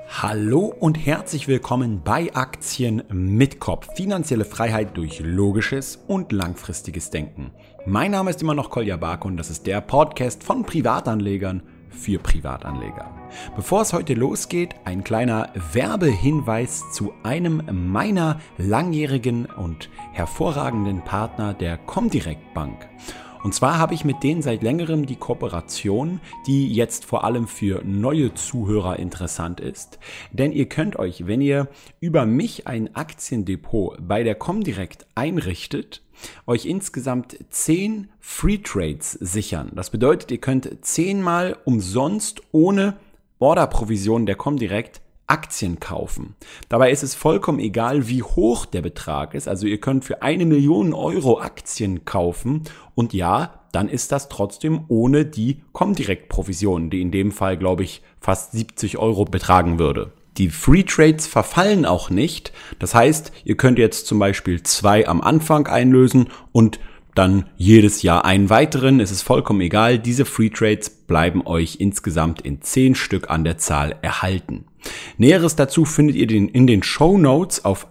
Hallo und herzlich willkommen bei Aktien mit Kopf. Finanzielle Freiheit durch logisches und langfristiges Denken. Mein Name ist immer noch Kolja Bark und das ist der Podcast von Privatanlegern für Privatanleger. Bevor es heute losgeht, ein kleiner Werbehinweis zu einem meiner langjährigen und hervorragenden Partner, der Comdirect Bank. Und zwar habe ich mit denen seit längerem die Kooperation, die jetzt vor allem für neue Zuhörer interessant ist. Denn ihr könnt euch, wenn ihr über mich ein Aktiendepot bei der Comdirect einrichtet, euch insgesamt 10 Free Trades sichern. Das bedeutet, ihr könnt 10 Mal umsonst ohne Orderprovision der Comdirect Aktien kaufen. Dabei ist es vollkommen egal, wie hoch der Betrag ist. Also ihr könnt für 1 Million Euro Aktien kaufen und ja, dann ist das trotzdem ohne die Comdirect-Provision, die in dem Fall, glaube ich, fast 70 Euro betragen würde. Die Free Trades verfallen auch nicht. Das heißt, ihr könnt jetzt zum Beispiel 2 am Anfang einlösen und dann jedes Jahr einen weiteren. Es ist vollkommen egal. Diese Free Trades bleiben euch insgesamt in 10 Stück an der Zahl erhalten. Näheres dazu findet ihr in den Shownotes auf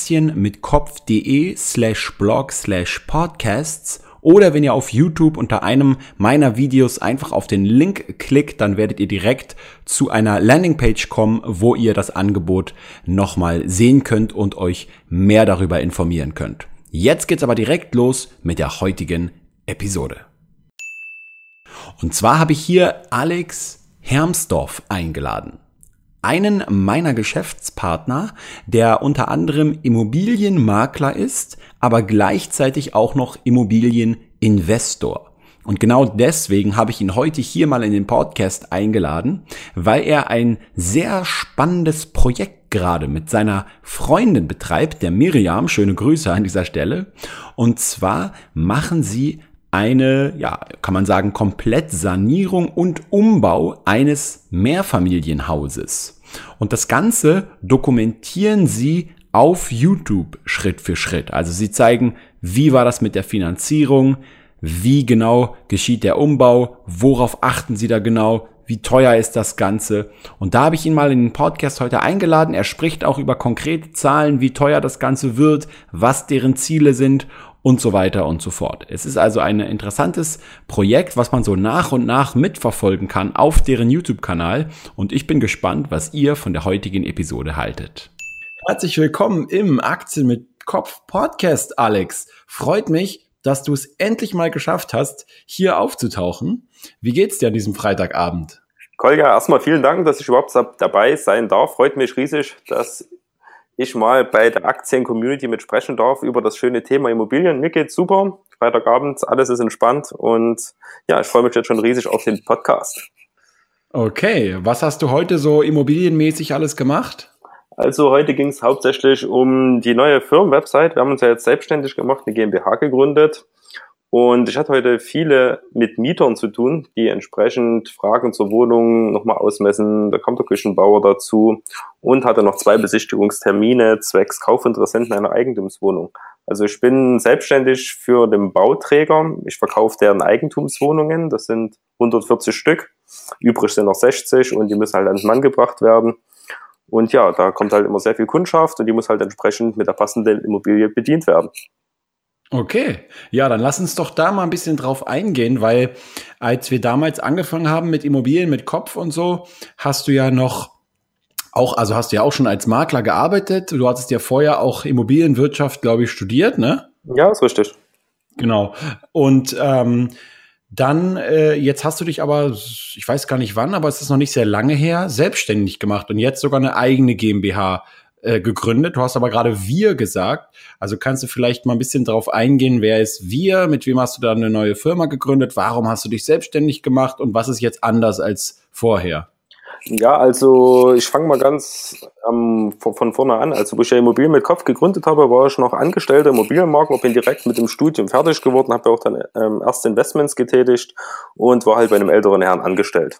aktienmitKopf.de/blog/podcasts oder wenn ihr auf YouTube unter einem meiner Videos einfach auf den Link klickt, dann werdet ihr direkt zu einer Landingpage kommen, wo ihr das Angebot nochmal sehen könnt und euch mehr darüber informieren könnt. Jetzt geht's aber direkt los mit der heutigen Episode. Und zwar habe ich hier Alex Hermsdorf eingeladen. Einen meiner Geschäftspartner, der unter anderem Immobilienmakler ist, aber gleichzeitig auch noch Immobilieninvestor. Und genau deswegen habe ich ihn heute hier mal in den Podcast eingeladen, weil er ein sehr spannendes Projekt gerade mit seiner Freundin betreibt, der Miriam, schöne Grüße an dieser Stelle. Und zwar machen sie eine, ja, kann man sagen, Komplettsanierung und Umbau eines Mehrfamilienhauses. Und das Ganze dokumentieren sie auf YouTube Schritt für Schritt. Also sie zeigen, wie war das mit der Finanzierung, wie genau geschieht der Umbau, worauf achten sie da genau, wie teuer ist das Ganze. Und da habe ich ihn mal in den Podcast heute eingeladen. Er spricht auch über konkrete Zahlen, wie teuer das Ganze wird, was deren Ziele sind und so weiter und so fort. Es ist also ein interessantes Projekt, was man so nach und nach mitverfolgen kann auf deren YouTube-Kanal. Und ich bin gespannt, was ihr von der heutigen Episode haltet. Herzlich willkommen im Aktien mit Kopf Podcast, Alex. Freut mich, dass du es endlich mal geschafft hast, hier aufzutauchen. Wie geht's dir an diesem Freitagabend? Kolja, erstmal vielen Dank, dass ich überhaupt dabei sein darf. Freut mich riesig, dass ich mal bei der Aktien-Community mitsprechen darf über das schöne Thema Immobilien. Mir geht's super. Freitagabend, alles ist entspannt und ja, ich freue mich jetzt schon riesig auf den Podcast. Okay, was hast du heute so immobilienmäßig alles gemacht? Also heute ging es hauptsächlich um die neue Firmenwebsite. Wir haben uns ja jetzt selbstständig gemacht, eine GmbH gegründet. Und ich hatte heute viele mit Mietern zu tun, die entsprechend Fragen zur Wohnung nochmal ausmessen. Da kommt der Küchenbauer dazu und hatte noch 2 Besichtigungstermine zwecks Kaufinteressenten einer Eigentumswohnung. Also ich bin selbstständig für den Bauträger. Ich verkaufe deren Eigentumswohnungen. Das sind 140 Stück. Übrig sind noch 60 und die müssen halt ans Mann gebracht werden. Und ja, da kommt halt immer sehr viel Kundschaft und die muss halt entsprechend mit der passenden Immobilie bedient werden. Okay, ja, dann lass uns doch da mal ein bisschen drauf eingehen, weil als wir damals angefangen haben mit Immobilien mit Kopf und so, hast du ja auch schon als Makler gearbeitet. Du hattest ja vorher auch Immobilienwirtschaft, glaube ich, studiert, ne? Ja, ist richtig. Genau. Und dann, jetzt hast du dich aber, ich weiß gar nicht wann, aber es ist noch nicht sehr lange her, selbstständig gemacht und jetzt sogar eine eigene GmbH gegründet. Du hast aber gerade wir gesagt. Also kannst du vielleicht mal ein bisschen drauf eingehen, wer ist wir, mit wem hast du da eine neue Firma gegründet, warum hast du dich selbstständig gemacht und was ist jetzt anders als vorher? Ja, also ich fange mal ganz von vorne an. Also wo ich ja Immobilien mit Kopf gegründet habe, war ich noch Angestellter Immobilienmakler, bin direkt mit dem Studium fertig geworden, habe auch dann erste Investments getätigt und war halt bei einem älteren Herrn angestellt.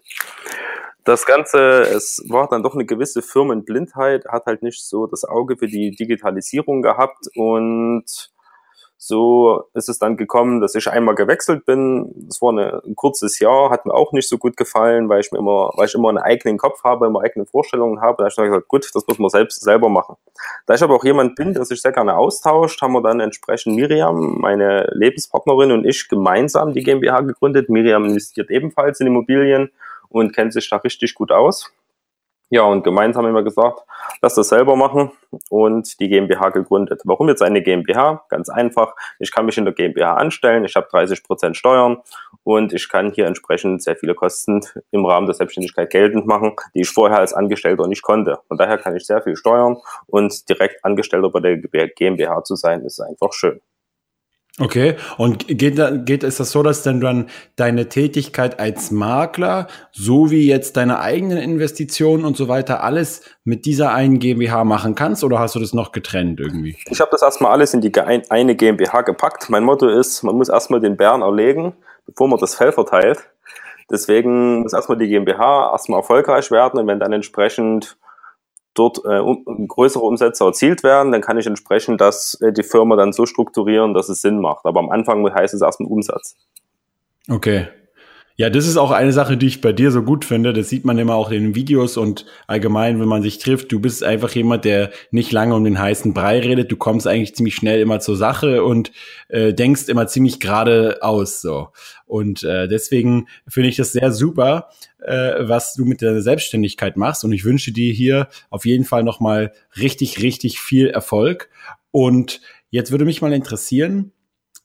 Das Ganze, es war dann doch eine gewisse Firmenblindheit, hat halt nicht so das Auge für die Digitalisierung gehabt und So ist es dann gekommen, dass ich einmal gewechselt bin. Das war ein kurzes Jahr, hat mir auch nicht so gut gefallen, weil ich immer einen eigenen Kopf habe, immer eigene Vorstellungen habe. Da habe ich dann gesagt, gut, das muss man selber machen. Da ich aber auch jemand bin, der sich sehr gerne austauscht, haben wir dann entsprechend Miriam, meine Lebenspartnerin, und ich gemeinsam die GmbH gegründet. Miriam investiert ebenfalls in Immobilien und kennt sich da richtig gut aus. Ja, und gemeinsam haben wir gesagt, lass das selber machen und die GmbH gegründet. Warum jetzt eine GmbH? Ganz einfach. Ich kann mich in der GmbH anstellen, ich habe 30% Steuern und ich kann hier entsprechend sehr viele Kosten im Rahmen der Selbstständigkeit geltend machen, die ich vorher als Angestellter nicht konnte. Von daher kann ich sehr viel steuern und direkt Angestellter bei der GmbH zu sein, ist einfach schön. Okay, und ist das so, dass denn dann deine Tätigkeit als Makler sowie jetzt deine eigenen Investitionen und so weiter alles mit dieser einen GmbH machen kannst, oder hast du das noch getrennt irgendwie? Ich habe das erstmal alles in die eine GmbH gepackt. Mein Motto ist, man muss erstmal den Bären erlegen, bevor man das Fell verteilt. Deswegen muss erstmal die GmbH erstmal erfolgreich werden, und wenn dann entsprechend dort größere Umsätze erzielt werden, dann kann ich entsprechend die Firma dann so strukturieren, dass es Sinn macht. Aber am Anfang heißt es erstmal Umsatz. Okay. Ja, das ist auch eine Sache, die ich bei dir so gut finde. Das sieht man immer auch in den Videos und allgemein, wenn man sich trifft. Du bist einfach jemand, der nicht lange um den heißen Brei redet. Du kommst eigentlich ziemlich schnell immer zur Sache und denkst immer ziemlich geradeaus so. Und deswegen finde ich das sehr super, was du mit der Selbstständigkeit machst. Und ich wünsche dir hier auf jeden Fall nochmal richtig, richtig viel Erfolg. Und jetzt würde mich mal interessieren,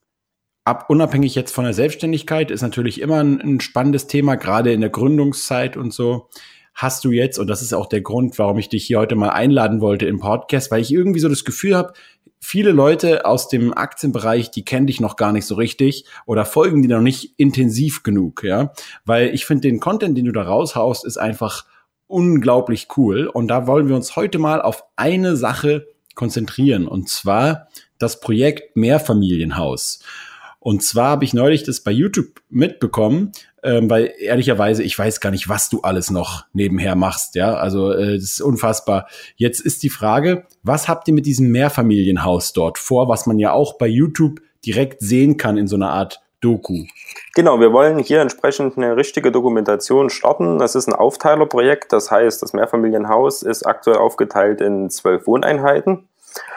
unabhängig jetzt von der Selbstständigkeit, ist natürlich immer ein spannendes Thema, gerade in der Gründungszeit und so. Hast du jetzt, und das ist auch der Grund, warum ich dich hier heute mal einladen wollte im Podcast, weil ich irgendwie so das Gefühl habe, viele Leute aus dem Aktienbereich, die kennen dich noch gar nicht so richtig oder folgen dir noch nicht intensiv genug, ja, weil ich finde, den Content, den du da raushaust, ist einfach unglaublich cool, und da wollen wir uns heute mal auf eine Sache konzentrieren, und zwar das Projekt Mehrfamilienhaus. Und zwar habe ich neulich das bei YouTube mitbekommen, weil ehrlicherweise, ich weiß gar nicht, was du alles noch nebenher machst, ja, also das ist unfassbar. Jetzt ist die Frage, was habt ihr mit diesem Mehrfamilienhaus dort vor, was man ja auch bei YouTube direkt sehen kann in so einer Art Doku? Genau, wir wollen hier entsprechend eine richtige Dokumentation starten. Das ist ein Aufteilerprojekt, das heißt, das Mehrfamilienhaus ist aktuell aufgeteilt in 12 Wohneinheiten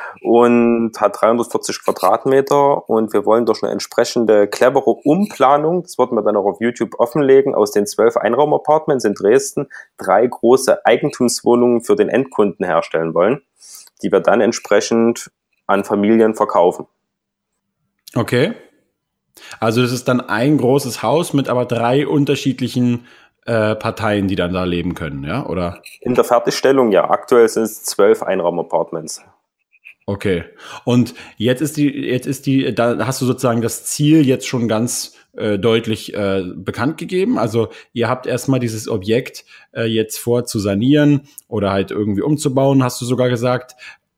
und hat 340 Quadratmeter, und wir wollen durch eine entsprechende clevere Umplanung, das wird man dann auch auf YouTube offenlegen, aus den 12 Einraumapartments in Dresden 3 große Eigentumswohnungen für den Endkunden herstellen wollen, die wir dann entsprechend an Familien verkaufen. Okay. Also das ist dann ein großes Haus mit aber 3 unterschiedlichen Parteien, die dann da leben können, ja, oder? In der Fertigstellung, ja. Aktuell sind es 12 Einraumapartments. Okay. Und jetzt ist da hast du sozusagen das Ziel jetzt schon ganz deutlich bekannt gegeben. Also ihr habt erstmal dieses Objekt jetzt vor zu sanieren oder halt irgendwie umzubauen, hast du sogar gesagt.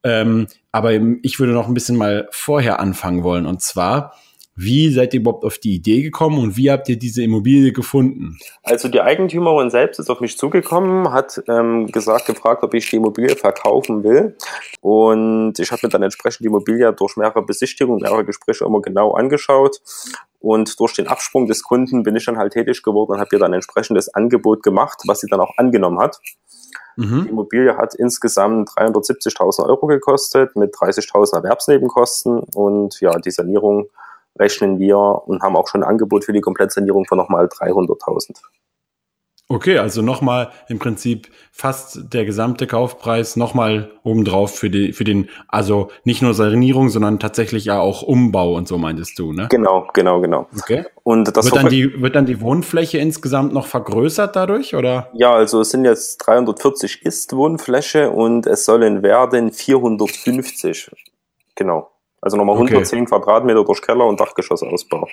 Aber ich würde noch ein bisschen mal vorher anfangen wollen. Und zwar, wie seid ihr überhaupt auf die Idee gekommen und wie habt ihr diese Immobilie gefunden? Also die Eigentümerin selbst ist auf mich zugekommen, hat gefragt, ob ich die Immobilie verkaufen will. Und ich habe mir dann entsprechend die Immobilie durch mehrere Besichtigungen, mehrere Gespräche immer genau angeschaut. Und durch den Absprung des Kunden bin ich dann halt tätig geworden und habe ihr dann ein entsprechendes Angebot gemacht, was sie dann auch angenommen hat. Die Immobilie hat insgesamt 370.000 Euro gekostet mit 30.000 Erwerbsnebenkosten, und ja, die Sanierung rechnen wir und haben auch schon ein Angebot für die Komplettsanierung von nochmal 300.000. Okay, also nochmal im Prinzip fast der gesamte Kaufpreis nochmal obendrauf für den, also nicht nur Sanierung, sondern tatsächlich ja auch Umbau und so meintest du, ne? Genau. Okay. Und das wird dann die Wohnfläche insgesamt noch vergrößert dadurch, oder? Ja, also es sind jetzt 340 Ist-Wohnfläche und es sollen werden 450. Genau. Also nochmal 110 Quadratmeter durch Keller und Dachgeschossausbau.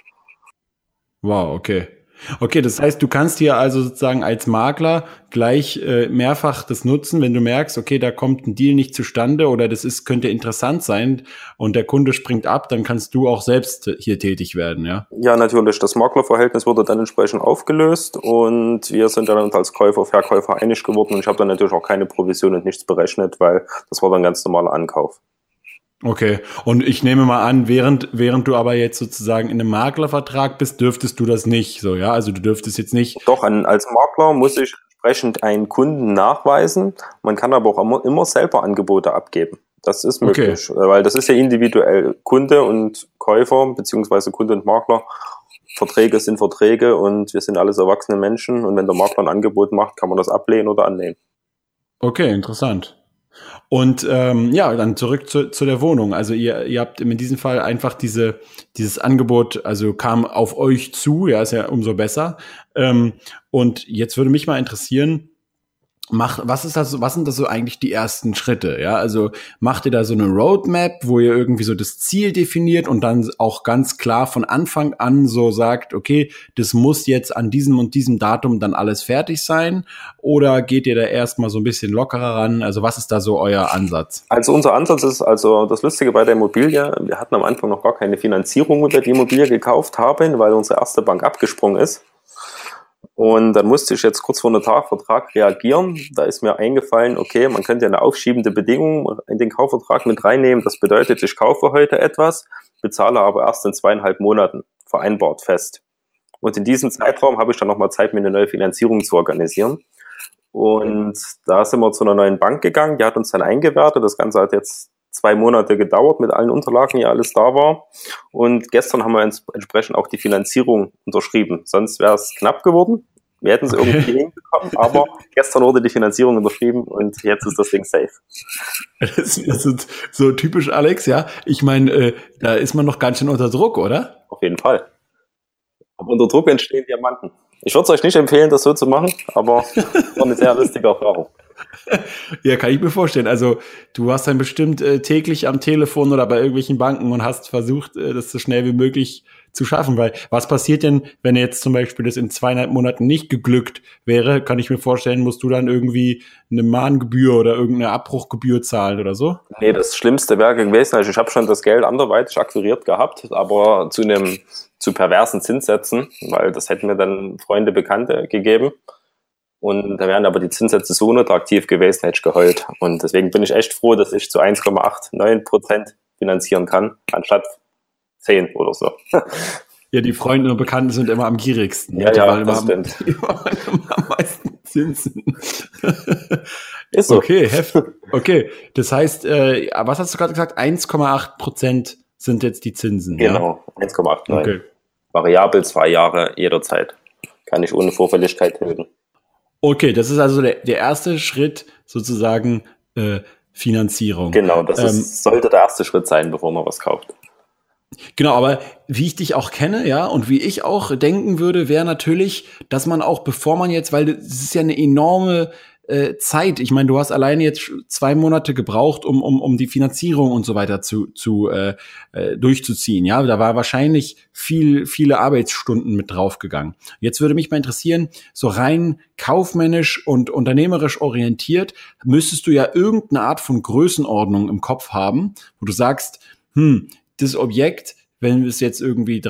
Wow, okay. Okay, das heißt, du kannst hier also sozusagen als Makler gleich mehrfach das nutzen, wenn du merkst, okay, da kommt ein Deal nicht zustande oder könnte interessant sein und der Kunde springt ab, dann kannst du auch selbst hier tätig werden, ja? Ja, natürlich. Das Maklerverhältnis wurde dann entsprechend aufgelöst und wir sind dann als Käufer, Verkäufer einig geworden, und ich habe dann natürlich auch keine Provision und nichts berechnet, weil das war dann ganz normaler Ankauf. Okay. Und ich nehme mal an, während du aber jetzt sozusagen in einem Maklervertrag bist, dürftest du das nicht so, ja? Also du dürftest jetzt nicht. Doch, als Makler muss ich entsprechend einen Kunden nachweisen. Man kann aber auch immer selber Angebote abgeben. Das ist Okay. möglich, weil das ist ja individuell. Kunde und Käufer, beziehungsweise Kunde und Makler. Verträge sind Verträge und wir sind alles erwachsene Menschen. Und wenn der Makler ein Angebot macht, kann man das ablehnen oder annehmen. Okay, interessant. Und ja, dann zurück zu der Wohnung. Also ihr habt in diesem Fall einfach dieses Angebot, also kam auf euch zu, ja, ist ja umso besser. Und jetzt würde mich mal interessieren, was sind das so eigentlich die ersten Schritte? Ja, also macht ihr da so eine Roadmap, wo ihr irgendwie so das Ziel definiert und dann auch ganz klar von Anfang an so sagt, okay, das muss jetzt an diesem und diesem Datum dann alles fertig sein? Oder geht ihr da erstmal so ein bisschen lockerer ran? Also was ist da so euer Ansatz? Also unser Ansatz ist also das Lustige bei der Immobilie. Wir hatten am Anfang noch gar keine Finanzierung, wo wir die Immobilie gekauft haben, weil unsere erste Bank abgesprungen ist. Und dann musste ich jetzt kurz vor Notarvertrag reagieren. Da ist mir eingefallen, okay, man könnte ja eine aufschiebende Bedingung in den Kaufvertrag mit reinnehmen. Das bedeutet, ich kaufe heute etwas, bezahle aber erst in 2,5 Monaten, vereinbart fest. Und in diesem Zeitraum habe ich dann nochmal Zeit, mir eine neue Finanzierung zu organisieren. Und da sind wir zu einer neuen Bank gegangen, die hat uns dann eingewertet. Das Ganze hat jetzt 2 Monate gedauert mit allen Unterlagen, die alles da war. Und gestern haben wir entsprechend auch die Finanzierung unterschrieben. Sonst wäre es knapp geworden. Wir hätten es irgendwie hinbekommen, aber gestern wurde die Finanzierung unterschrieben und jetzt ist das Ding safe. Das ist so typisch Alex, ja. Ich meine, da ist man noch ganz schön unter Druck, oder? Auf jeden Fall. Aber unter Druck entstehen Diamanten. Ich würde es euch nicht empfehlen, das so zu machen, aber es war eine sehr lustige Erfahrung. Ja, kann ich mir vorstellen. Also du warst dann bestimmt täglich am Telefon oder bei irgendwelchen Banken und hast versucht, das so schnell wie möglich zu schaffen. Weil was passiert denn, wenn jetzt zum Beispiel das in 2,5 Monaten nicht geglückt wäre? Kann ich mir vorstellen, musst du dann irgendwie eine Mahngebühr oder irgendeine Abbruchgebühr zahlen oder so? Nee, das Schlimmste wäre gewesen, also ich habe schon das Geld anderweitig akquiriert gehabt, aber zu perversen Zinssätzen, weil das hätten mir dann Freunde, Bekannte gegeben. Und da wären aber die Zinssätze so unattraktiv gewesen, hätte ich geheult. Und deswegen bin ich echt froh, dass ich zu 1,89% finanzieren kann, anstatt 10 oder so. Ja, die Freunde und Bekannten sind immer am gierigsten. Ja, Die wollen das immer stimmt. die wollen immer am meisten Zinsen. Ist so. Okay, heftig. Okay, das heißt, was hast du gerade gesagt? 1,8% sind jetzt die Zinsen. Genau, 1,89. Ja? Okay. Variabel 2 Jahre jederzeit. Kann ich ohne Vorfälligkeit tilgen. Okay, das ist also der erste Schritt sozusagen Finanzierung. Genau, das sollte der erste Schritt sein, bevor man was kauft. Genau, aber wie ich dich auch kenne, ja, und wie ich auch denken würde, wäre natürlich, dass man auch, bevor man jetzt, weil es ist ja eine enorme Zeit. Ich meine, du hast alleine jetzt 2 Monate gebraucht, um die Finanzierung und so weiter durchzuziehen. Ja, da war wahrscheinlich viele Arbeitsstunden mit draufgegangen. Jetzt würde mich mal interessieren, so rein kaufmännisch und unternehmerisch orientiert, müsstest du ja irgendeine Art von Größenordnung im Kopf haben, wo du sagst, das Objekt, wenn es jetzt irgendwie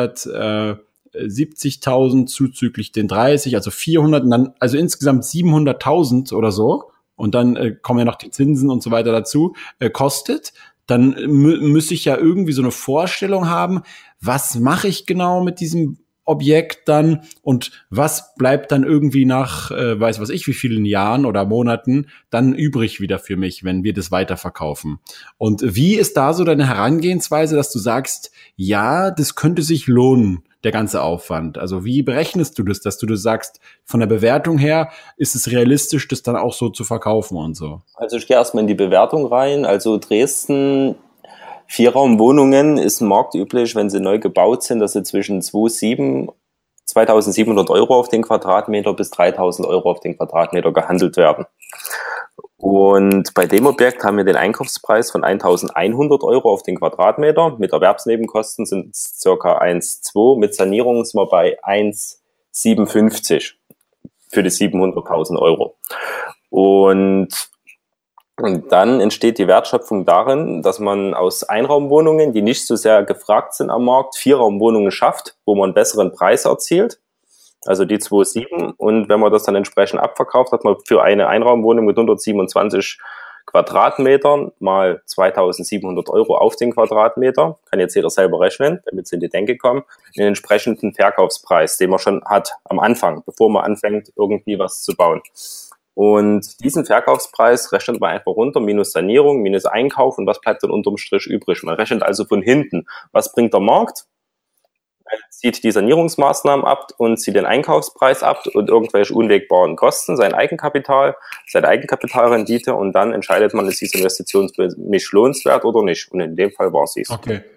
370.000 zuzüglich den 30, also 400, und dann, also insgesamt 700.000 oder so, und dann kommen ja noch die Zinsen und so weiter dazu, kostet, dann müsste ich ja irgendwie so eine Vorstellung haben, was mache ich genau mit diesem Objekt dann und was bleibt dann irgendwie nach, weiß was ich, wie vielen Jahren oder Monaten dann übrig wieder für mich, wenn wir das weiterverkaufen. Und wie ist da so deine Herangehensweise, dass du sagst, ja, das könnte sich lohnen, der ganze Aufwand? Also wie berechnest du das, dass du das sagst, von der Bewertung her ist es realistisch, das dann auch so zu verkaufen und so? Also ich gehe erstmal in die Bewertung rein. Also Dresden, 4-Raum-Wohnungen ist marktüblich, wenn sie neu gebaut sind, dass sie zwischen 2.700 Euro auf den Quadratmeter bis 3.000 Euro auf den Quadratmeter gehandelt werden. Und bei dem Objekt haben wir den Einkaufspreis von 1.100 Euro auf den Quadratmeter. Mit Erwerbsnebenkosten sind es ca. 1,2. Mit Sanierung sind wir bei 1,57 für die 700.000 Euro. Und dann entsteht die Wertschöpfung darin, dass man aus Einraumwohnungen, die nicht so sehr gefragt sind am Markt, 4-Raumwohnungen schafft, wo man einen besseren Preis erzielt. Also die 2,7. Und wenn man das dann entsprechend abverkauft, hat man für eine Einraumwohnung mit 127 Quadratmetern mal 2.700 Euro auf den Quadratmeter, kann jetzt jeder selber rechnen, damit sie in die Denke kommen, den entsprechenden Verkaufspreis, den man schon hat am Anfang, bevor man anfängt, irgendwie was zu bauen. Und diesen Verkaufspreis rechnet man einfach runter, minus Sanierung, minus Einkauf, und was bleibt dann unterm Strich übrig? Man rechnet also von hinten, was bringt der Markt? Man zieht die Sanierungsmaßnahmen ab und zieht den Einkaufspreis ab und irgendwelche unwegbaren Kosten, sein Eigenkapital, seine Eigenkapitalrendite, und dann entscheidet man, ist diese Investition für mich lohnenswert oder nicht. Und in dem Fall war sie es.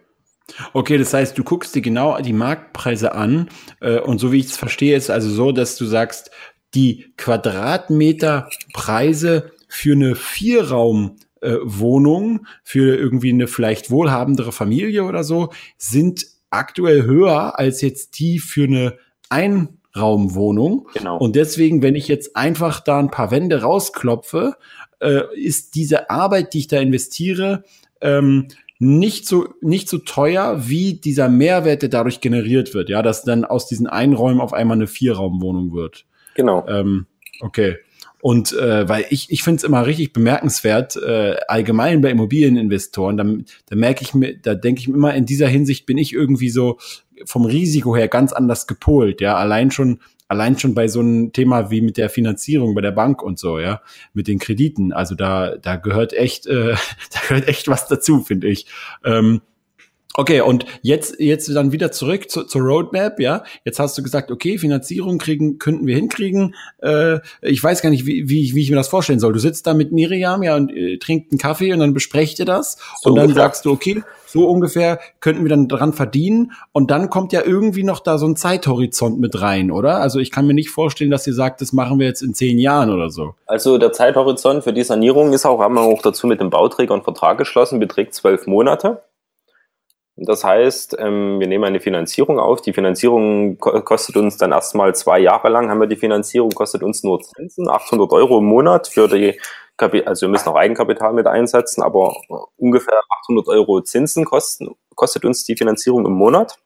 Okay, das heißt, du guckst dir genau die Marktpreise an und so wie ich es verstehe, ist also so, dass du sagst, die Quadratmeterpreise für eine Vierraumwohnung, für irgendwie eine vielleicht wohlhabendere Familie oder so, sind aktuell höher als jetzt die für eine Einraumwohnung. Genau. Und deswegen, wenn ich jetzt einfach da ein paar Wände rausklopfe, ist diese Arbeit, die ich da investiere, nicht so teuer, wie dieser Mehrwert, der dadurch generiert wird. Ja, dass dann aus diesen Einräumen auf einmal eine Vierraumwohnung wird. Genau. Okay. Und weil ich finde es immer richtig bemerkenswert, allgemein bei Immobilieninvestoren, da denke ich mir immer, in dieser Hinsicht bin ich irgendwie so vom Risiko her ganz anders gepolt, ja, allein schon bei so einem Thema wie mit der Finanzierung bei der Bank und so, ja, mit den Krediten. Also da gehört echt was dazu, finde ich. Okay, und jetzt dann wieder zurück zur Roadmap, ja. Jetzt hast du gesagt, okay, Finanzierung könnten wir hinkriegen. Ich weiß gar nicht, wie ich mir das vorstellen soll. Du sitzt da mit Miriam, ja, und trinkt einen Kaffee und dann besprecht ihr das. So und dann ungefähr sagst du, okay, so ungefähr könnten wir dann dran verdienen. Und dann kommt ja irgendwie noch da so ein Zeithorizont mit rein, oder? Also ich kann mir nicht vorstellen, dass ihr sagt, das machen wir jetzt in 10 Jahren oder so. Also der Zeithorizont für die Sanierung haben wir auch dazu mit dem Bauträger einen Vertrag geschlossen, beträgt 12 Monate. Das heißt, wir nehmen eine Finanzierung auf. Die Finanzierung kostet uns dann erstmal 2 Jahre lang, haben wir die Finanzierung, kostet uns nur Zinsen, 800 Euro im Monat für also wir müssen auch Eigenkapital mit einsetzen, aber ungefähr 800 Euro Zinsen kostet uns die Finanzierung im Monat.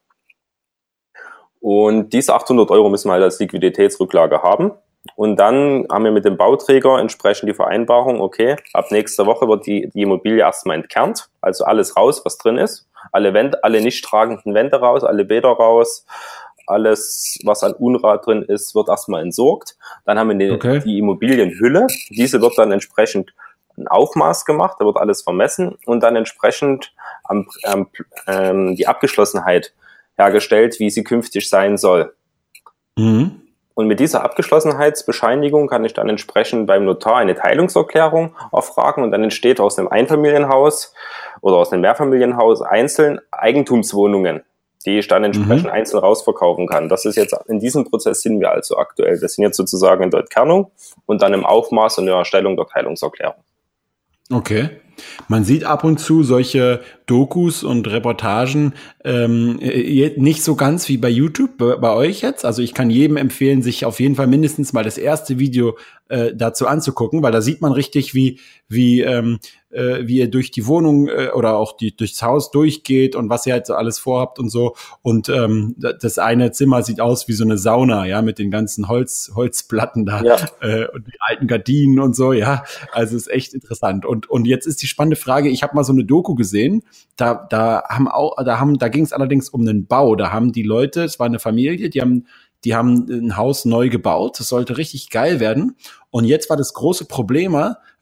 Und diese 800 Euro müssen wir halt als Liquiditätsrücklage haben. Und dann haben wir mit dem Bauträger entsprechend die Vereinbarung, okay, ab nächster Woche wird die Immobilie erstmal entkernt, also alles raus, was drin ist. Alle nicht tragenden Wände raus, alle Bäder raus, alles, was an Unrat drin ist, wird erstmal entsorgt. Dann haben wir die Immobilienhülle, diese wird dann entsprechend ein Aufmaß gemacht, da wird alles vermessen und dann entsprechend die Abgeschlossenheit hergestellt, wie sie künftig sein soll. Mhm. Und mit dieser Abgeschlossenheitsbescheinigung kann ich dann entsprechend beim Notar eine Teilungserklärung erfragen und dann entsteht aus einem Einfamilienhaus oder aus einem Mehrfamilienhaus einzeln Eigentumswohnungen, die ich dann entsprechend einzeln rausverkaufen kann. Das ist jetzt, in diesem Prozess sind wir also aktuell. Wir sind jetzt sozusagen in der Entkernung und dann im Aufmaß und der Erstellung der Teilungserklärung. Okay. Man sieht ab und zu solche Dokus und Reportagen, nicht so ganz wie bei YouTube, bei euch jetzt. Also ich kann jedem empfehlen, sich auf jeden Fall mindestens mal das erste Video dazu anzugucken, weil da sieht man richtig, wie ihr durch die Wohnung oder auch durchs Haus durchgeht und was ihr halt so alles vorhabt und so. Und das eine Zimmer sieht aus wie so eine Sauna, ja, mit den ganzen Holzplatten da, ja. Und die alten Gardinen und so, ja. Also ist echt interessant. Und jetzt ist die spannende Frage, ich habe mal so eine Doku gesehen, da ging es allerdings um einen Bau. Da haben die Leute, es war eine Familie, die haben ein Haus neu gebaut. Das sollte richtig geil werden. Und jetzt war das große Problem,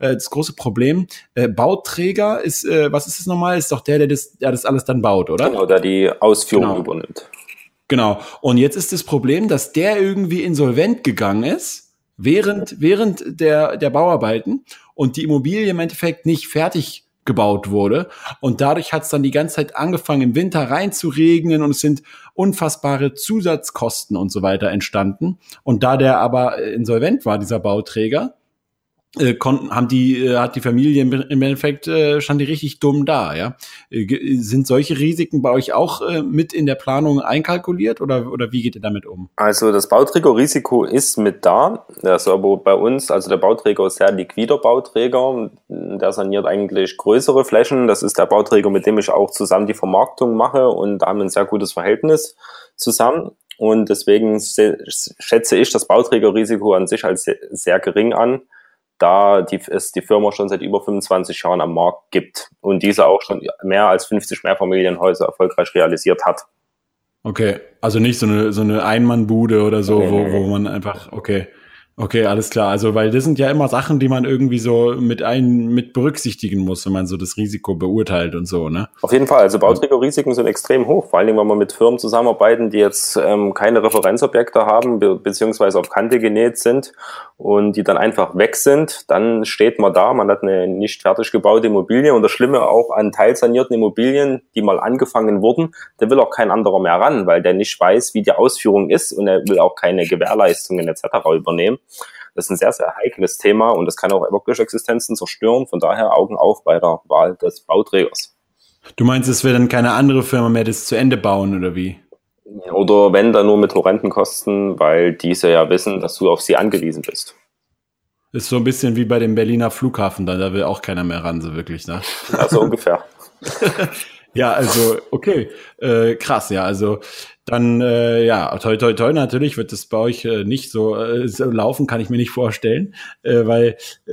Bauträger ist, was ist das nochmal? Ist doch der das alles dann baut, oder? Genau, der die Ausführung übernimmt. Genau. Und jetzt ist das Problem, dass der irgendwie insolvent gegangen ist, während der Bauarbeiten und die Immobilie im Endeffekt nicht fertig gebaut wurde. Und dadurch hat es dann die ganze Zeit angefangen, im Winter rein zu regnen und es sind unfassbare Zusatzkosten und so weiter entstanden. Und da der aber insolvent war, dieser Bauträger, hat die Familie im Endeffekt, stand die richtig dumm da, ja. Sind solche Risiken bei euch auch mit in der Planung einkalkuliert oder wie geht ihr damit um? Also das Bauträgerrisiko ist mit da. Das ist aber bei uns, also der Bauträger ist sehr liquider Bauträger. Der saniert eigentlich größere Flächen. Das ist der Bauträger, mit dem ich auch zusammen die Vermarktung mache und da haben wir ein sehr gutes Verhältnis zusammen. Und deswegen schätze ich das Bauträgerrisiko an sich als sehr, sehr gering an. da es die Firma schon seit über 25 Jahren am Markt gibt und diese auch schon mehr als 50 Mehrfamilienhäuser erfolgreich realisiert hat. Okay, also nicht so eine Einmannbude oder so, wo man einfach, okay, alles klar. Also, weil das sind ja immer Sachen, die man irgendwie so mit berücksichtigen muss, wenn man so das Risiko beurteilt und so, ne? Auf jeden Fall. Also Bauträgerrisiken sind extrem hoch. Vor allen Dingen, wenn wir mit Firmen zusammenarbeiten, die jetzt keine Referenzobjekte haben, beziehungsweise auf Kante genäht sind und die dann einfach weg sind, dann steht man da, man hat eine nicht fertig gebaute Immobilie und das Schlimme auch an teilsanierten Immobilien, die mal angefangen wurden, da will auch kein anderer mehr ran, weil der nicht weiß, wie die Ausführung ist und er will auch keine Gewährleistungen etc. übernehmen. Das ist ein sehr, sehr heikles Thema und das kann auch wirklich Existenzen zerstören. Von daher Augen auf bei der Wahl des Bauträgers. Du meinst, es wird dann keine andere Firma mehr das zu Ende bauen oder wie? Oder wenn, dann nur mit horrenden Kosten, weil diese ja wissen, dass du auf sie angewiesen bist. Ist so ein bisschen wie bei dem Berliner Flughafen, da will auch keiner mehr ran, so wirklich, ne? Ja, so ungefähr. Ja, also, okay, krass, ja, also dann, ja, toi, toi, toi, natürlich wird das bei euch nicht so laufen, kann ich mir nicht vorstellen, weil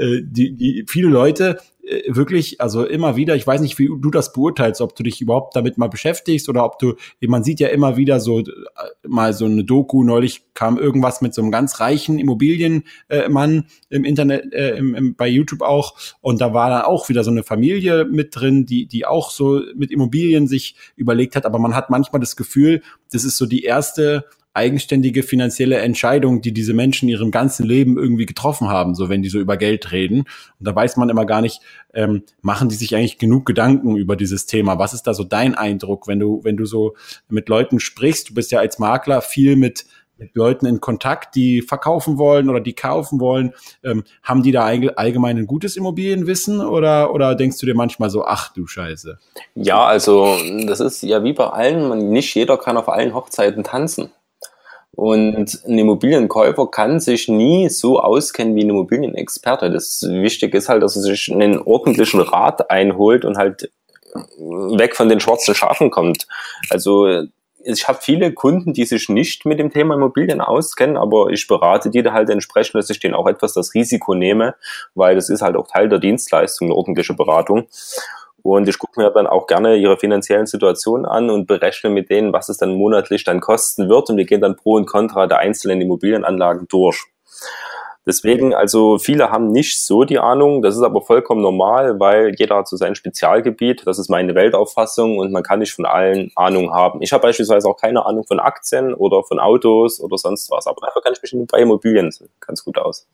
die viele Leute wirklich, also immer wieder, ich weiß nicht, wie du das beurteilst, ob du dich überhaupt damit mal beschäftigst oder ob du, man sieht ja immer wieder so, mal so eine Doku, neulich kam irgendwas mit so einem ganz reichen Immobilienmann im Internet, bei YouTube auch, und da war dann auch wieder so eine Familie mit drin, die auch so mit Immobilien sich überlegt hat, aber man hat manchmal das Gefühl, das ist so die erste eigenständige finanzielle Entscheidung, die diese Menschen in ihrem ganzen Leben irgendwie getroffen haben, so wenn die so über Geld reden. Und da weiß man immer gar nicht, machen die sich eigentlich genug Gedanken über dieses Thema? Was ist da so dein Eindruck, wenn du so mit Leuten sprichst? Du bist ja als Makler viel mit Leuten in Kontakt, die verkaufen wollen oder die kaufen wollen. Haben die da allgemein ein gutes Immobilienwissen oder denkst du dir manchmal so, ach du Scheiße? Ja, also das ist ja wie bei allen, nicht jeder kann auf allen Hochzeiten tanzen. Und ein Immobilienkäufer kann sich nie so auskennen wie ein Immobilienexperte. Das Wichtige ist halt, dass er sich einen ordentlichen Rat einholt und halt weg von den schwarzen Schafen kommt. Also ich habe viele Kunden, die sich nicht mit dem Thema Immobilien auskennen, aber ich berate die da halt entsprechend, dass ich denen auch etwas das Risiko nehme, weil das ist halt auch Teil der Dienstleistung, eine ordentliche Beratung. Und ich gucke mir dann auch gerne ihre finanziellen Situationen an und berechne mit denen, was es dann monatlich dann kosten wird. Und wir gehen dann Pro und Contra der einzelnen Immobilienanlagen durch. Deswegen, also viele haben nicht so die Ahnung. Das ist aber vollkommen normal, weil jeder hat so sein Spezialgebiet. Das ist meine Weltauffassung und man kann nicht von allen Ahnung haben. Ich habe beispielsweise auch keine Ahnung von Aktien oder von Autos oder sonst was. Aber dafür kann ich mich bei Immobilien ganz gut aus.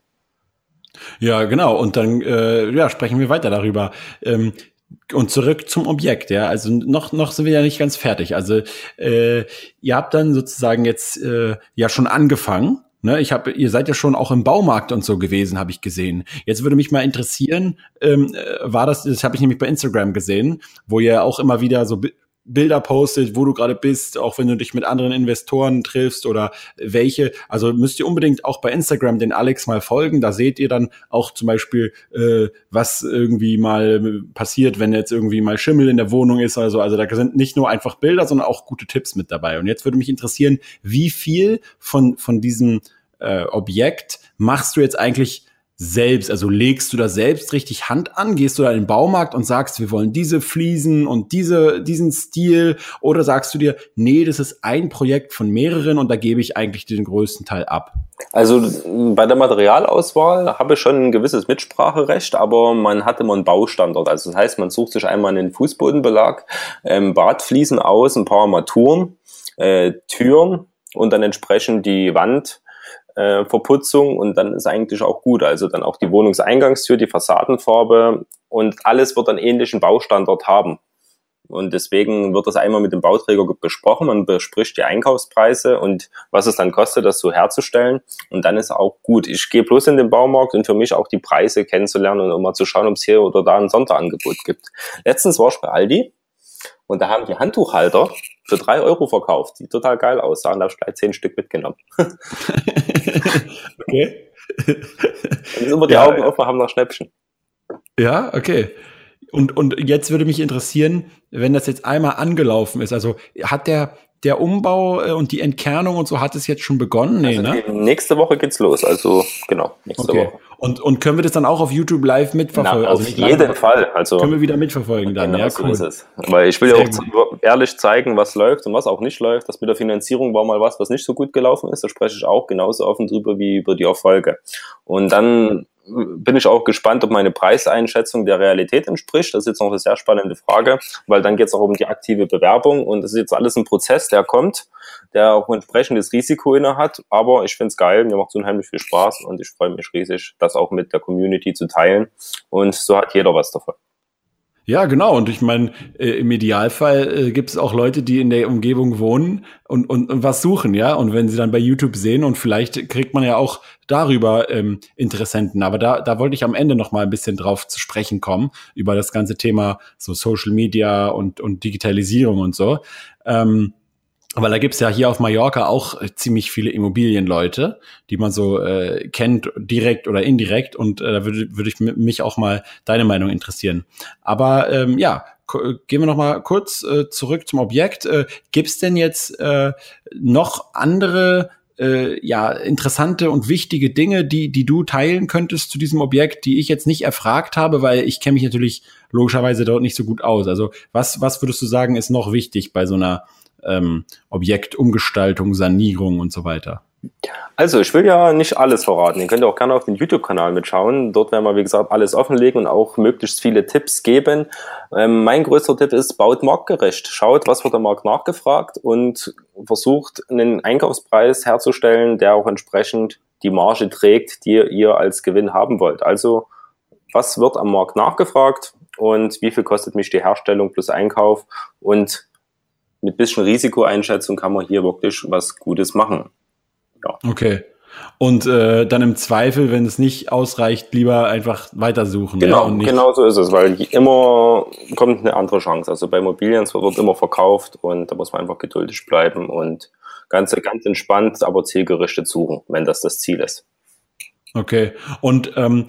Ja, genau. Und dann sprechen wir weiter darüber. Und zurück zum Objekt, ja. Also noch sind wir ja nicht ganz fertig. Also ihr habt dann sozusagen jetzt ja schon angefangen. Ne? Ihr seid ja schon auch im Baumarkt und so gewesen, habe ich gesehen. Jetzt würde mich mal interessieren, das habe ich nämlich bei Instagram gesehen, wo ihr auch immer wieder so Bilder postet, wo du gerade bist, auch wenn du dich mit anderen Investoren triffst oder welche. Also müsst ihr unbedingt auch bei Instagram den Alex mal folgen. Da seht ihr dann auch zum Beispiel, was irgendwie mal passiert, wenn jetzt irgendwie mal Schimmel in der Wohnung ist oder so. Also da sind nicht nur einfach Bilder, sondern auch gute Tipps mit dabei. Und jetzt würde mich interessieren, wie viel von diesem Objekt machst du jetzt eigentlich selbst, also legst du da selbst richtig Hand an, gehst du da in den Baumarkt und sagst, wir wollen diese Fliesen und diesen Stil, oder sagst du dir, nee, das ist ein Projekt von mehreren und da gebe ich eigentlich den größten Teil ab? Also bei der Materialauswahl habe ich schon ein gewisses Mitspracherecht, aber man hat immer einen Baustandard. Also das heißt, man sucht sich einmal einen Fußbodenbelag, Badfliesen aus, ein paar Armaturen, Türen und dann entsprechend die Wandverputzung und dann ist eigentlich auch gut. Also dann auch die Wohnungseingangstür, die Fassadenfarbe und alles wird einen ähnlichen Baustandard haben. Und deswegen wird das einmal mit dem Bauträger besprochen, man bespricht die Einkaufspreise und was es dann kostet, das so herzustellen. Und dann ist auch gut. Ich gehe bloß in den Baumarkt und für mich auch die Preise kennenzulernen und um mal zu schauen, ob es hier oder da ein Sonderangebot gibt. Letztens war ich bei Aldi und da haben die Handtuchhalter für 3 Euro verkauft, die total geil aussahen. Da habe ich gleich 10 Stück mitgenommen. Okay. Und ist immer die Augen offen, haben noch Schnäppchen. Ja, okay. Und jetzt würde mich interessieren, wenn das jetzt einmal angelaufen ist, also hat der Umbau und die Entkernung und so, hat es jetzt schon begonnen? Nee, also ne? Nächste Woche geht's los, also genau, nächste Woche. Und können wir das dann auch auf YouTube live mitverfolgen? Auf jeden Fall. Also können wir wieder mitverfolgen dann, genau, ja, so cool. ist es. Weil ich will ja auch ehrlich zeigen, was läuft und was auch nicht läuft. Das mit der Finanzierung war mal was nicht so gut gelaufen ist. Da spreche ich auch genauso offen drüber wie über die Erfolge. Und dann bin ich auch gespannt, ob meine Preiseinschätzung der Realität entspricht. Das ist jetzt noch eine sehr spannende Frage, weil dann geht es auch um die aktive Bewerbung und das ist jetzt alles ein Prozess, der kommt, der auch ein entsprechendes Risiko inne hat. Aber ich finde es geil, mir macht es unheimlich viel Spaß und ich freue mich riesig, das auch mit der Community zu teilen. Und so hat jeder was davon. Ja, genau. Und ich meine, im Idealfall gibt es auch Leute, die in der Umgebung wohnen und was suchen, ja. Und wenn sie dann bei YouTube sehen und vielleicht kriegt man ja auch darüber Interessenten. Aber da wollte ich am Ende noch mal ein bisschen drauf zu sprechen kommen, über das ganze Thema so Social Media und Digitalisierung und so. Weil da gibt's ja hier auf Mallorca auch ziemlich viele Immobilienleute, die man so kennt, direkt oder indirekt. Und da würde ich mich auch mal deine Meinung interessieren. Aber gehen wir noch mal kurz zurück zum Objekt. Gibt's denn jetzt noch andere interessante und wichtige Dinge, die du teilen könntest zu diesem Objekt, die ich jetzt nicht erfragt habe, weil ich kenne mich natürlich logischerweise dort nicht so gut aus. Also was würdest du sagen, ist noch wichtig bei so einer Objektumgestaltung, Sanierung und so weiter? Also ich will ja nicht alles verraten. Ihr könnt auch gerne auf den YouTube-Kanal mitschauen. Dort werden wir, wie gesagt, alles offenlegen und auch möglichst viele Tipps geben. Mein größter Tipp ist, baut marktgerecht. Schaut, was wird am Markt nachgefragt und versucht, einen Einkaufspreis herzustellen, der auch entsprechend die Marge trägt, die ihr als Gewinn haben wollt. Also was wird am Markt nachgefragt und wie viel kostet mich die Herstellung plus Einkauf, und mit bisschen Risikoeinschätzung kann man hier wirklich was Gutes machen. Ja. Okay. Und dann im Zweifel, wenn es nicht ausreicht, lieber einfach weitersuchen. Genau, ja, und nicht genau so ist es, weil immer kommt eine andere Chance. Also bei Immobilien wird immer verkauft und da muss man einfach geduldig bleiben und ganz entspannt, aber zielgerichtet suchen, wenn das Ziel ist. Okay. Und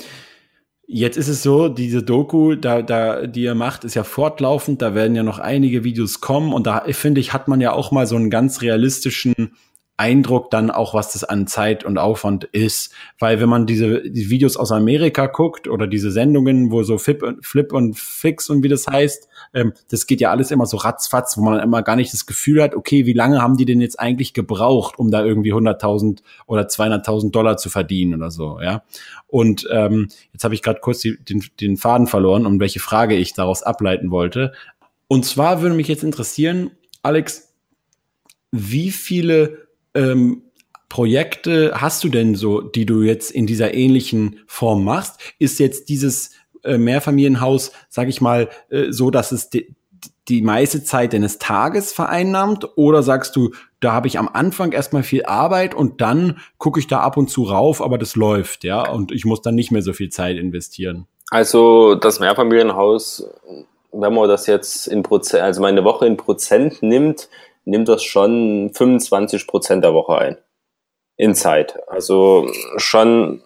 jetzt ist es so, diese Doku, die ihr macht, ist ja fortlaufend. Da werden ja noch einige Videos kommen. Und da, finde ich, hat man ja auch mal so einen ganz realistischen Eindruck dann auch, was das an Zeit und Aufwand ist. Weil wenn man die Videos aus Amerika guckt oder diese Sendungen, wo so Flip und Fix und wie das heißt, das geht ja alles immer so ratzfatz, wo man immer gar nicht das Gefühl hat, okay, wie lange haben die denn jetzt eigentlich gebraucht, um da irgendwie 100.000 oder 200.000 Dollar zu verdienen oder so, ja. Und jetzt habe ich gerade kurz den Faden verloren, um welche Frage ich daraus ableiten wollte. Und zwar würde mich jetzt interessieren, Alex, wie viele Projekte hast du denn so, die du jetzt in dieser ähnlichen Form machst? Ist jetzt dieses Mehrfamilienhaus, sag ich mal, so, dass es die meiste Zeit deines Tages vereinnahmt? Oder sagst du, da habe ich am Anfang erstmal viel Arbeit und dann gucke ich da ab und zu rauf, aber das läuft, ja? Und ich muss dann nicht mehr so viel Zeit investieren. Also das Mehrfamilienhaus, wenn man das jetzt in Prozent, also meine Woche in Prozent nimmt das schon 25% der Woche ein. In Zeit. Also schon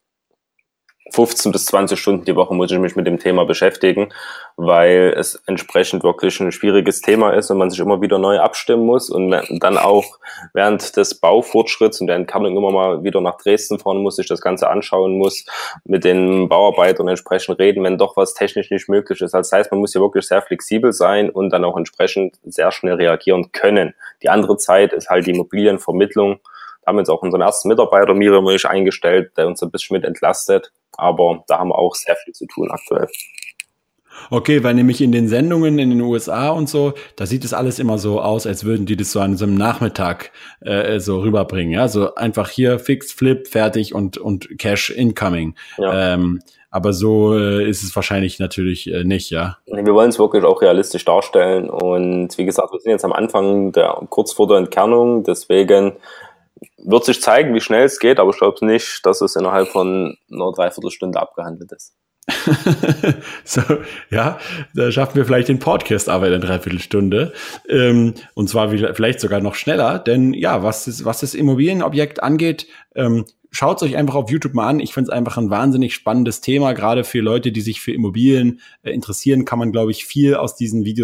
15 bis 20 Stunden die Woche muss ich mich mit dem Thema beschäftigen, weil es entsprechend wirklich ein schwieriges Thema ist und man sich immer wieder neu abstimmen muss und dann auch während des Baufortschritts und der Entkernung immer mal wieder nach Dresden fahren muss, sich das Ganze anschauen muss, mit den Bauarbeitern entsprechend reden, wenn doch was technisch nicht möglich ist. Das heißt, man muss hier wirklich sehr flexibel sein und dann auch entsprechend sehr schnell reagieren können. Die andere Zeit ist halt die Immobilienvermittlung. Da haben wir jetzt auch unseren ersten Mitarbeiter, Miriam und ich, eingestellt, der uns ein bisschen mit entlastet. Aber da haben wir auch sehr viel zu tun aktuell. Okay, weil nämlich in den Sendungen in den USA und so, da sieht es alles immer so aus, als würden die das so an so einem Nachmittag so rüberbringen. Ja, so einfach hier Fix, Flip, fertig und Cash incoming. Ja. Aber so ist es wahrscheinlich natürlich nicht, ja. Wir wollen es wirklich auch realistisch darstellen. Und wie gesagt, wir sind jetzt am Anfang kurz vor der Entkernung, deswegen wird sich zeigen, wie schnell es geht, aber ich glaube nicht, dass es innerhalb von einer Dreiviertelstunde abgehandelt ist. So, ja, da schaffen wir vielleicht den Podcast aber in einer Dreiviertelstunde. Und zwar vielleicht sogar noch schneller, denn ja, was das Immobilienobjekt angeht, schaut es euch einfach auf YouTube mal an. Ich finde es einfach ein wahnsinnig spannendes Thema. Gerade für Leute, die sich für Immobilien interessieren, kann man, glaube ich, viel aus diesen Videos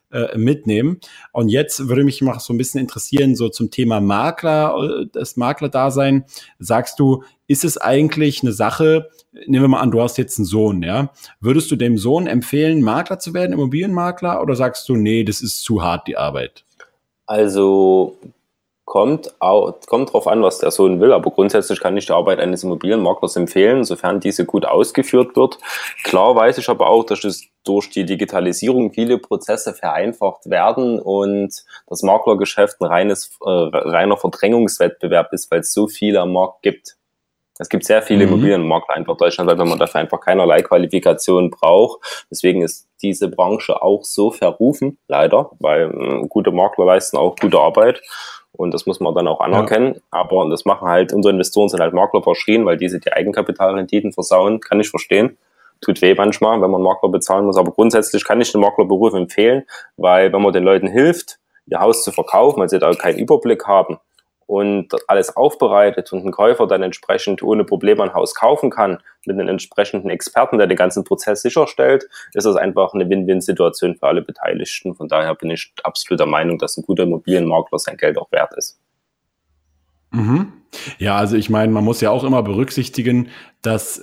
mitnehmen. Und jetzt würde mich mal so ein bisschen interessieren, so zum Thema Makler, das Maklerdasein. Sagst du, ist es eigentlich eine Sache, nehmen wir mal an, du hast jetzt einen Sohn, ja? Würdest du dem Sohn empfehlen, Makler zu werden, Immobilienmakler, oder sagst du, nee, das ist zu hart, die Arbeit? Also kommt drauf an, was der Sohn will, aber grundsätzlich kann ich die Arbeit eines Immobilienmaklers empfehlen, sofern diese gut ausgeführt wird. Klar weiß ich aber auch, dass es durch die Digitalisierung viele Prozesse vereinfacht werden und das Maklergeschäft ein reiner Verdrängungswettbewerb ist, weil es so viele am Markt gibt. Es gibt sehr viele Immobilienmakler einfach in Deutschland, weil man dafür einfach keinerlei Qualifikation braucht. Deswegen ist diese Branche auch so verrufen, leider, weil gute Makler leisten auch gute Arbeit. Und das muss man dann auch anerkennen. Ja. Aber das machen halt, unsere Investoren sind halt Makler verschrien, weil diese die Eigenkapitalrenditen versauen. Kann ich verstehen. Tut weh manchmal, wenn man Makler bezahlen muss. Aber grundsätzlich kann ich den Maklerberuf empfehlen, weil wenn man den Leuten hilft, ihr Haus zu verkaufen, weil sie da keinen Überblick haben und alles aufbereitet und ein Käufer dann entsprechend ohne Probleme ein Haus kaufen kann, mit einem entsprechenden Experten, der den ganzen Prozess sicherstellt, ist das einfach eine Win-Win-Situation für alle Beteiligten. Von daher bin ich absolut der Meinung, dass ein guter Immobilienmakler sein Geld auch wert ist. Mhm. Ja, also ich meine, man muss ja auch immer berücksichtigen, dass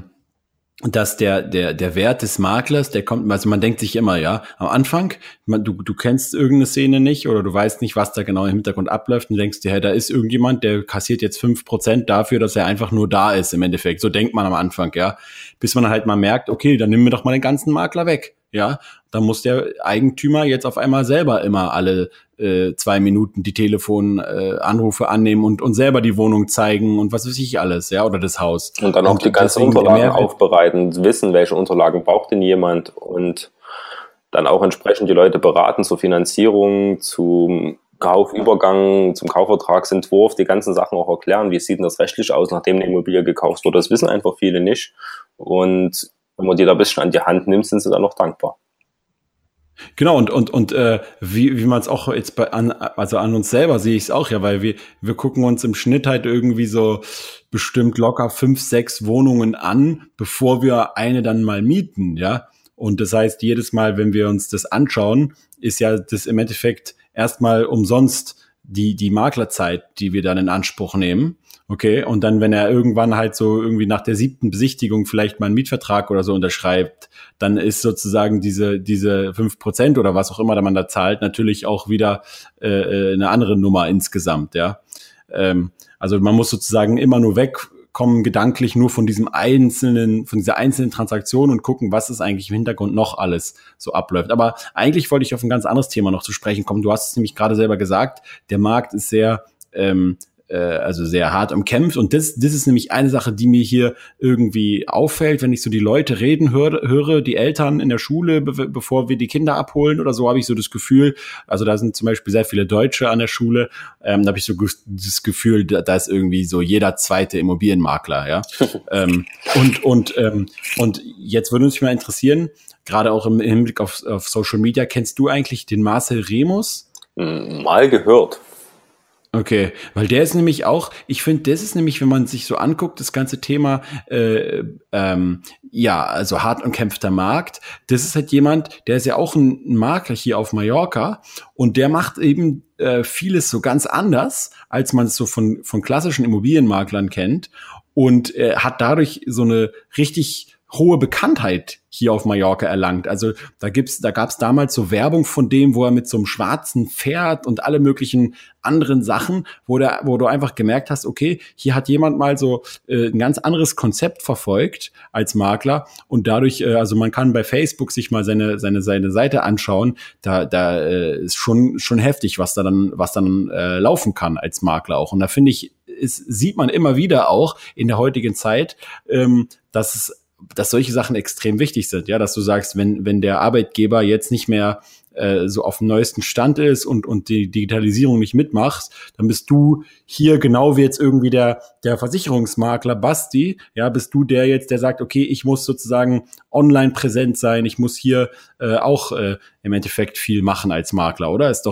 der Wert des Maklers, der kommt, also man denkt sich immer, ja, am Anfang, du kennst irgendeine Szene nicht oder du weißt nicht, was da genau im Hintergrund abläuft und denkst dir, hey, da ist irgendjemand, der kassiert jetzt 5% dafür, dass er einfach nur da ist im Endeffekt. So denkt man am Anfang, ja. Bis man halt mal merkt, okay, dann nimm mir doch mal den ganzen Makler weg, ja. Dann muss der Eigentümer jetzt auf einmal selber immer alle 2 Minuten die Telefonanrufe annehmen und selber die Wohnung zeigen und was weiß ich alles, ja, oder das Haus. Und dann auch die ganzen Unterlagen aufbereiten, wissen, welche Unterlagen braucht denn jemand und dann auch entsprechend die Leute beraten zur Finanzierung, zum Kaufübergang, zum Kaufvertragsentwurf, die ganzen Sachen auch erklären, wie sieht denn das rechtlich aus, nachdem eine Immobilie gekauft wurde. Das wissen einfach viele nicht. Und wenn man die da ein bisschen an die Hand nimmt, sind sie dann noch dankbar. Genau, und wie man es auch jetzt an uns selber sehe ich es auch, ja, weil wir gucken uns im Schnitt halt irgendwie so bestimmt locker 5, 6 Wohnungen an, bevor wir eine dann mal mieten, ja. Und das heißt, jedes Mal, wenn wir uns das anschauen, ist ja das im Endeffekt erstmal umsonst die Maklerzeit, die wir dann in Anspruch nehmen. Okay, und dann, wenn er irgendwann halt so irgendwie nach der 7. Besichtigung vielleicht mal einen Mietvertrag oder so unterschreibt, dann ist sozusagen diese 5% oder was auch immer da man da zahlt, natürlich auch wieder eine andere Nummer insgesamt, ja. Also man muss sozusagen immer nur wegkommen, gedanklich nur von dieser einzelnen Transaktion und gucken, was ist eigentlich im Hintergrund noch alles so abläuft. Aber eigentlich wollte ich auf ein ganz anderes Thema noch zu sprechen kommen. Du hast es nämlich gerade selber gesagt, der Markt ist sehr sehr hart umkämpft. Und das ist nämlich eine Sache, die mir hier irgendwie auffällt, wenn ich so die Leute reden höre, die Eltern in der Schule, bevor wir die Kinder abholen oder so, habe ich so das Gefühl, also da sind zum Beispiel sehr viele Deutsche an der Schule, da habe ich so das Gefühl, da ist irgendwie so jeder zweite Immobilienmakler, ja. Und jetzt würde uns mal interessieren, gerade auch im Hinblick auf Social Media, kennst du eigentlich den Marcel Remus? Mal gehört. Okay, weil der ist nämlich auch, ich finde, das ist nämlich, wenn man sich so anguckt, das ganze Thema, also hart umkämpfter Markt, das ist halt jemand, der ist ja auch ein Makler hier auf Mallorca und der macht eben vieles so ganz anders, als man es so von klassischen Immobilienmaklern kennt und hat dadurch so eine richtig hohe Bekanntheit hier auf Mallorca erlangt. Also da gab's damals so Werbung von dem, wo er mit so einem schwarzen Pferd und alle möglichen anderen Sachen, wo du einfach gemerkt hast, okay, hier hat jemand mal so ein ganz anderes Konzept verfolgt als Makler und dadurch, also man kann bei Facebook sich mal seine Seite anschauen, da ist schon heftig, was dann laufen kann als Makler auch. Und da finde ich, sieht man immer wieder auch in der heutigen Zeit, dass solche Sachen extrem wichtig sind, ja, dass du sagst, wenn der Arbeitgeber jetzt nicht mehr so auf dem neuesten Stand ist und die Digitalisierung nicht mitmachst, dann bist du hier genau wie jetzt irgendwie der Versicherungsmakler Basti, ja, bist du der jetzt, der sagt, okay, ich muss sozusagen online präsent sein, ich muss hier auch im Endeffekt viel machen als Makler, oder? Ist doch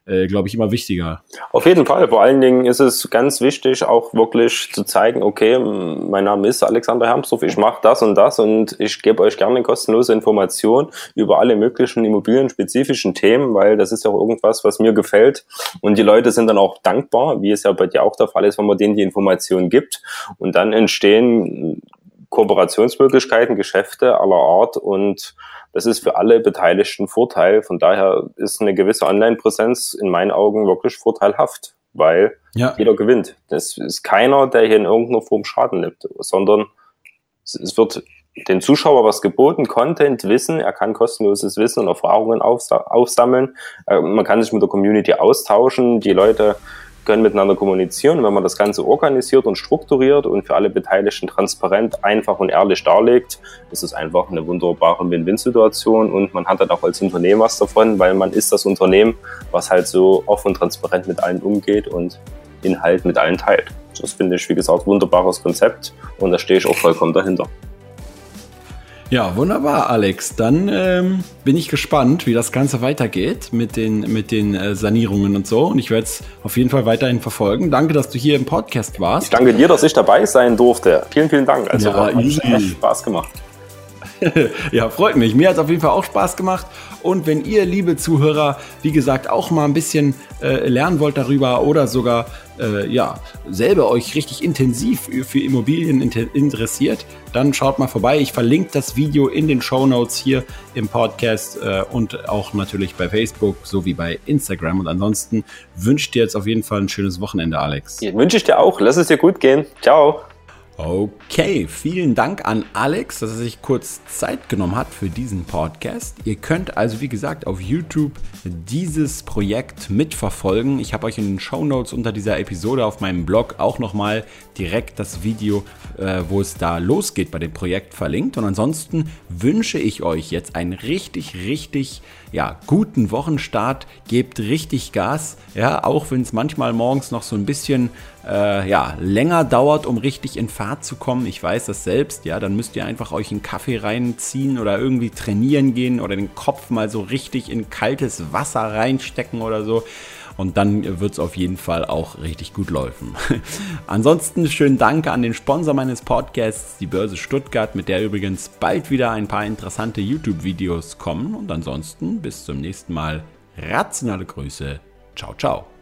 glaube ich, immer wichtiger. Auf jeden Fall. Vor allen Dingen ist es ganz wichtig, auch wirklich zu zeigen, okay, mein Name ist Alexander Hermsdorf, ich mache das und ich gebe euch gerne kostenlose Informationen über alle möglichen immobilienspezifischen Themen, weil das ist ja auch irgendwas, was mir gefällt. Und die Leute sind dann auch dankbar, wie es ja bei dir auch der Fall ist, wenn man denen die Informationen gibt. Und dann entstehen Kooperationsmöglichkeiten, Geschäfte aller Art, und das ist für alle Beteiligten Vorteil. Von daher ist eine gewisse Online-Präsenz in meinen Augen wirklich vorteilhaft, weil jeder gewinnt. Das ist keiner, der hier in irgendeiner Form Schaden nimmt, sondern es wird den Zuschauer was geboten, Content, Wissen, er kann kostenloses Wissen und Erfahrungen aufsammeln, man kann sich mit der Community austauschen, die Leute können miteinander kommunizieren. Und wenn man das Ganze organisiert und strukturiert und für alle Beteiligten transparent, einfach und ehrlich darlegt, ist es einfach eine wunderbare Win-Win-Situation, und man hat dann auch als Unternehmen was davon, weil man ist das Unternehmen, was halt so offen und transparent mit allen umgeht und Inhalt mit allen teilt. Das finde ich, wie gesagt, wunderbares Konzept, und da stehe ich auch vollkommen dahinter. Ja, wunderbar, Alex. Dann bin ich gespannt, wie das Ganze weitergeht mit den Sanierungen und so. Und ich werde es auf jeden Fall weiterhin verfolgen. Danke, dass du hier im Podcast warst. Ich danke dir, dass ich dabei sein durfte. Vielen, vielen Dank. Also hat echt Spaß gemacht. Ja, freut mich. Mir hat es auf jeden Fall auch Spaß gemacht. Und wenn ihr, liebe Zuhörer, wie gesagt, auch mal ein bisschen lernen wollt darüber oder sogar selber euch richtig intensiv für Immobilien interessiert, dann schaut mal vorbei. Ich verlinke das Video in den Shownotes hier im Podcast und auch natürlich bei Facebook sowie bei Instagram. Und ansonsten wünsche ich dir jetzt auf jeden Fall ein schönes Wochenende, Alex. Ja, wünsche ich dir auch. Lass es dir gut gehen. Ciao. Okay, vielen Dank an Alex, dass er sich kurz Zeit genommen hat für diesen Podcast. Ihr könnt also, wie gesagt, auf YouTube dieses Projekt mitverfolgen. Ich habe euch in den Shownotes unter dieser Episode auf meinem Blog auch nochmal direkt das Video, wo es da losgeht bei dem Projekt, verlinkt. Und ansonsten wünsche ich euch jetzt einen richtig guten Wochenstart. Gebt richtig Gas, auch wenn es manchmal morgens noch so ein bisschen länger dauert, um richtig in Fahrt zu kommen. Ich weiß das selbst, dann müsst ihr einfach euch einen Kaffee reinziehen oder irgendwie trainieren gehen oder den Kopf mal so richtig in kaltes Wasser reinstecken oder so. Und dann wird es auf jeden Fall auch richtig gut laufen. Ansonsten schönen Dank an den Sponsor meines Podcasts, die Börse Stuttgart, mit der übrigens bald wieder ein paar interessante YouTube-Videos kommen. Und ansonsten bis zum nächsten Mal. Rationale Grüße. Ciao, ciao.